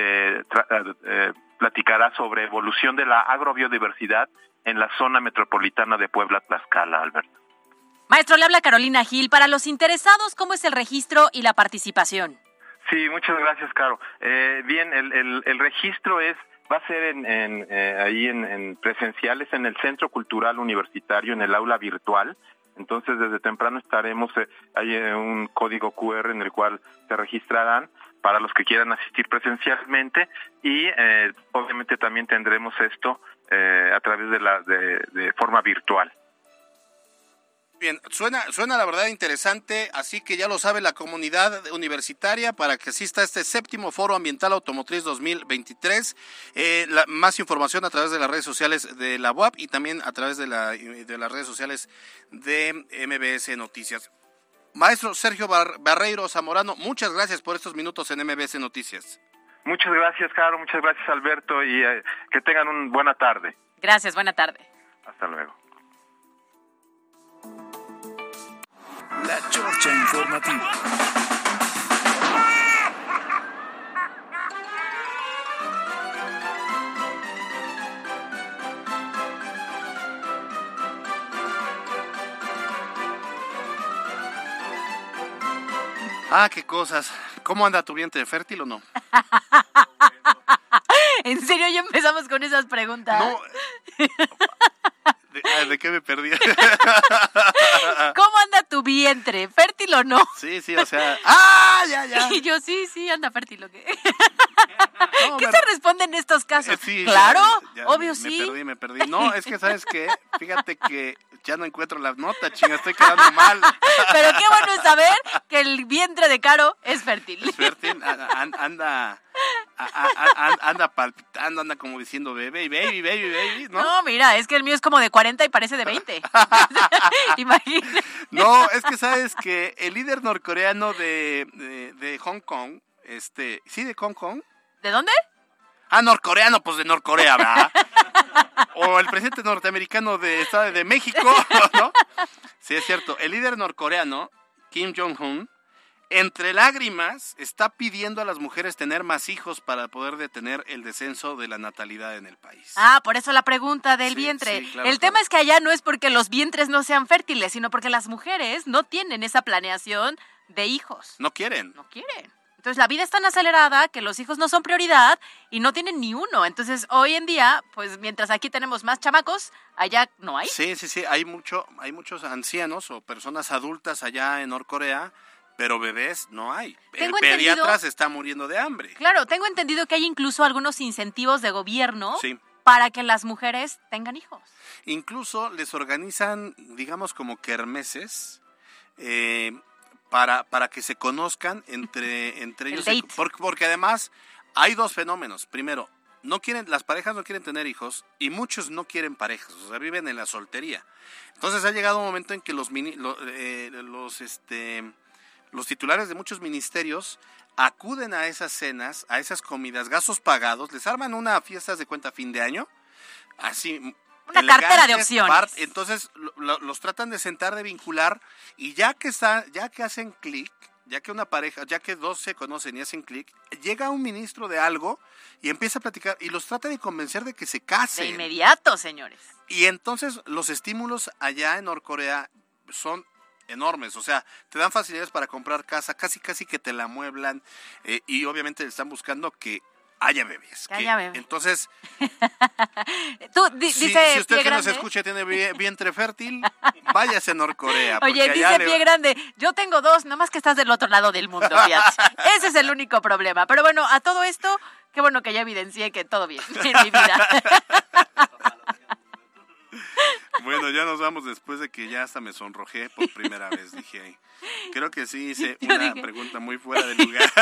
platicará sobre evolución de la agrobiodiversidad en la zona metropolitana de Puebla-Tlaxcala, Alberto. Maestro, le habla Carolina Gil. Para los interesados, ¿cómo es el registro y la participación? Sí, muchas gracias, Caro. Bien, el registro va a ser ahí en presenciales en el Centro Cultural Universitario, en el aula virtual. Entonces, desde temprano estaremos, hay un código QR en el cual se registrarán para los que quieran asistir presencialmente y obviamente también tendremos esto a través de forma virtual. Bien, suena la verdad interesante, así que ya lo sabe la comunidad universitaria para que asista a este 7º Foro Ambiental Automotriz 2023. Más información a través de las redes sociales de la UAP y también a través de las redes sociales de MBS Noticias. Maestro Sergio Barreiro Zamorano, muchas gracias por estos minutos en MBS Noticias. Muchas gracias, Caro, muchas gracias, Alberto, y que tengan una buena tarde. Gracias, buena tarde. Hasta luego. La Chorcha Informativa. Qué cosas. ¿Cómo anda tu vientre, fértil o no? ¿En serio ya empezamos con esas preguntas? No. ¿De qué me perdí? ¿Cómo anda tu vientre? ¿Fértil o no? Sí, o sea... Ya! Y yo, sí, anda fértil, ¿o qué? No, ¿qué se responde en estos casos? Sí, claro, ya, obvio sí. Me perdí. No, es que, ¿sabes qué? Fíjate que ya no encuentro la nota, chinga, estoy quedando mal. Pero qué bueno es saber que el vientre de Caro es fértil. Es fértil, anda palpitando, anda como diciendo baby, ¿no? No, mira, es que el mío es como de 40 y parece de 20. Imagínate. No, es que sabes que el líder norcoreano de Hong Kong, ¿sí de Hong Kong? ¿De dónde? Norcoreano, pues de Norcorea, ¿verdad? O el presidente norteamericano de Estado de México, ¿no? Sí, es cierto. El líder norcoreano, Kim Jong-un, entre lágrimas, está pidiendo a las mujeres tener más hijos para poder detener el descenso de la natalidad en el país. Por eso la pregunta del vientre. Sí, claro, el tema es que allá no es porque los vientres no sean fértiles, sino porque las mujeres no tienen esa planeación de hijos. No quieren. Entonces la vida es tan acelerada que los hijos no son prioridad y no tienen ni uno. Entonces hoy en día, pues mientras aquí tenemos más chamacos, allá no hay. Sí, hay muchos ancianos o personas adultas allá en Norcorea, pero bebés no hay. El pediatra se está muriendo de hambre. Claro, tengo entendido que hay incluso algunos incentivos de gobierno sí. para que las mujeres tengan hijos. Incluso les organizan, digamos, como kermeses, para que se conozcan entre ellos. Porque además hay dos fenómenos. Primero, las parejas no quieren tener hijos y muchos no quieren parejas, o sea, viven en la soltería. Entonces ha llegado un momento en que los titulares de muchos ministerios acuden a esas cenas, a esas comidas, gastos pagados, les arman una fiesta de cuenta fin de año, así... Una cartera de opciones. Entonces los tratan de sentar, de vincular, y ya que hacen clic, ya que una pareja, ya que dos se conocen y hacen clic, llega un ministro de algo y empieza a platicar y los trata de convencer de que se casen. De inmediato, señores. Y entonces los estímulos allá en Norcorea son enormes, o sea, te dan facilidades para comprar casa, casi que te la amueblan, y obviamente están buscando que haya bebés. Entonces, si usted que nos escucha tiene vientre fértil, váyase a Norcorea. Oye, dice Pie Grande, yo tengo 2, nomás que estás del otro lado del mundo, fíjate. Ese es el único problema. Pero bueno, a todo esto, qué bueno que ya evidencié que todo bien en mi vida. Bueno, ya nos vamos después de que ya hasta me sonrojé por primera vez. Dije, creo que sí hice una pregunta muy fuera de lugar.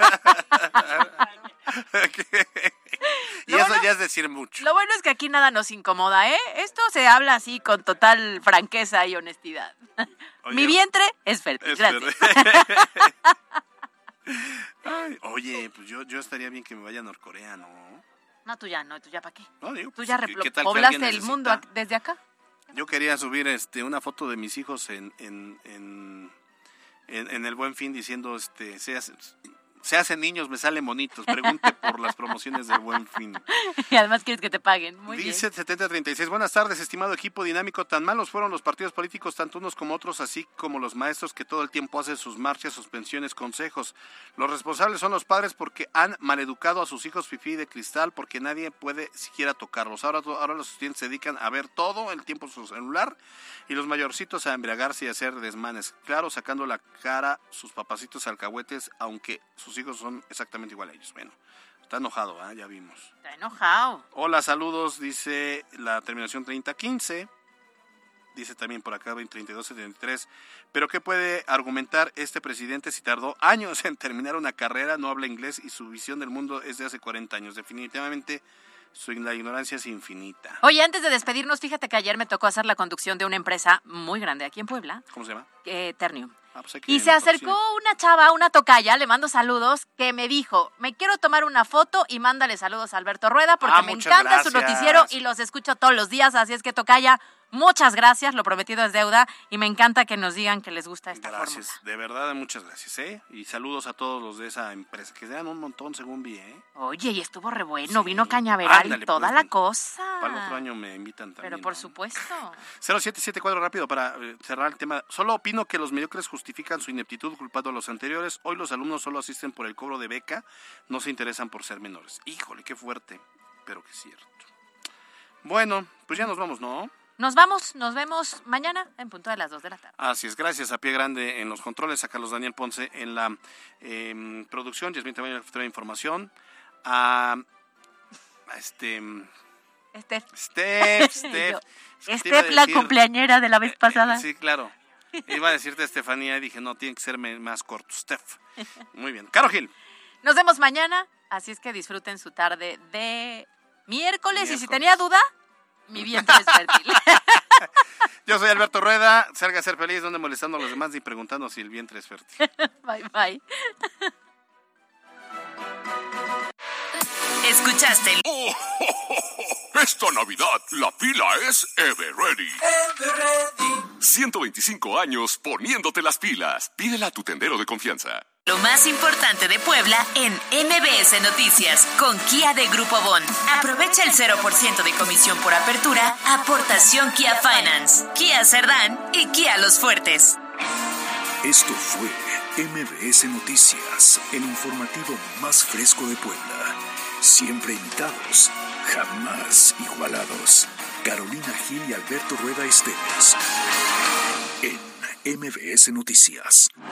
Y eso ya es decir mucho. Lo bueno es que aquí nada nos incomoda, ¿eh? Esto se habla así con total franqueza y honestidad. Oye, mi vientre es fértil. Gracias. Ay, oye, pues yo estaría bien que me vaya a Norcorea, ¿no? No, tú ya ¿para qué? No, digo, tú ya poblaste el mundo desde acá. Yo quería subir una foto de mis hijos en el Buen Fin diciendo se hacen niños, me salen bonitos. Pregunte por las promociones del Buen Fin. Y además quieres que te paguen. Muy Dice bien. 7036. Buenas tardes, estimado equipo dinámico. Tan malos fueron los partidos políticos, tanto unos como otros, así como los maestros que todo el tiempo hacen sus marchas, suspensiones, consejos. Los responsables son los padres porque han maleducado a sus hijos fifí de cristal, porque nadie puede siquiera tocarlos. Ahora los estudiantes se dedican a ver todo el tiempo su celular y los mayorcitos a embriagarse y a hacer desmanes. Claro, sacando la cara sus papacitos alcahuetes, aunque sus hijos son exactamente igual a ellos. Bueno, está enojado, ya vimos. Está enojado. Hola, saludos, dice la terminación 3015. Dice también por acá 3273. Pero ¿qué puede argumentar este presidente si tardó años en terminar una carrera, no habla inglés y su visión del mundo es de hace 40 años? Definitivamente la ignorancia es infinita. Oye, antes de despedirnos, fíjate que ayer me tocó hacer la conducción de una empresa muy grande aquí en Puebla. ¿Cómo se llama? Ternium. Pues y se acercó una chava, una tocaya, le mando saludos, que me dijo, me quiero tomar una foto y mándale saludos a Alberto Rueda porque me encanta su noticiero y los escucho todos los días, así es que tocaya, muchas gracias, lo prometido es deuda y me encanta que nos digan que les gusta esta fórmula. Gracias, de verdad, muchas gracias, y saludos a todos los de esa empresa, que sean un montón según vi, Oye, y estuvo re bueno, vino Cañaveral y toda la cosa. Para el otro año me invitan también. Pero por supuesto. 0774 rápido para cerrar el tema. Solo opino que los mediocres justifican su ineptitud culpando a los anteriores. Hoy los alumnos solo asisten por el cobro de beca, no se interesan por ser menores. Híjole, qué fuerte, pero qué cierto. Bueno, pues ya nos vamos, ¿no? Nos vamos, nos vemos mañana en punto de las 2 de la tarde. Así es, gracias a Pie Grande en los controles, a Carlos Daniel Ponce en la producción, Yasmín también en la información, a Steph, la cumpleañera de la vez pasada. Sí, claro. Iba a decirte Estefanía y dije, no, tiene que ser más corto. Steph. Muy bien. Caro Gil. Nos vemos mañana, así es que disfruten su tarde de miércoles. Y si tenía duda, mi vientre es fértil. Yo soy Alberto Rueda. Salga a ser feliz, no ande molestando a los demás ni preguntando si el vientre es fértil. Bye, bye. ¿Escuchaste el... Esta Navidad la fila es Everready. 125 años poniéndote las pilas. Pídela a tu tendero de confianza. Lo más importante de Puebla en MBS Noticias con Kia de Grupo Bon. Aprovecha el 0% de comisión por apertura, aportación Kia Finance, Kia Cerdán y Kia Los Fuertes. Esto fue MBS Noticias, el informativo más fresco de Puebla. Siempre imitados, jamás igualados. Carolina Gil y Alberto Rueda Esteves en MBS Noticias.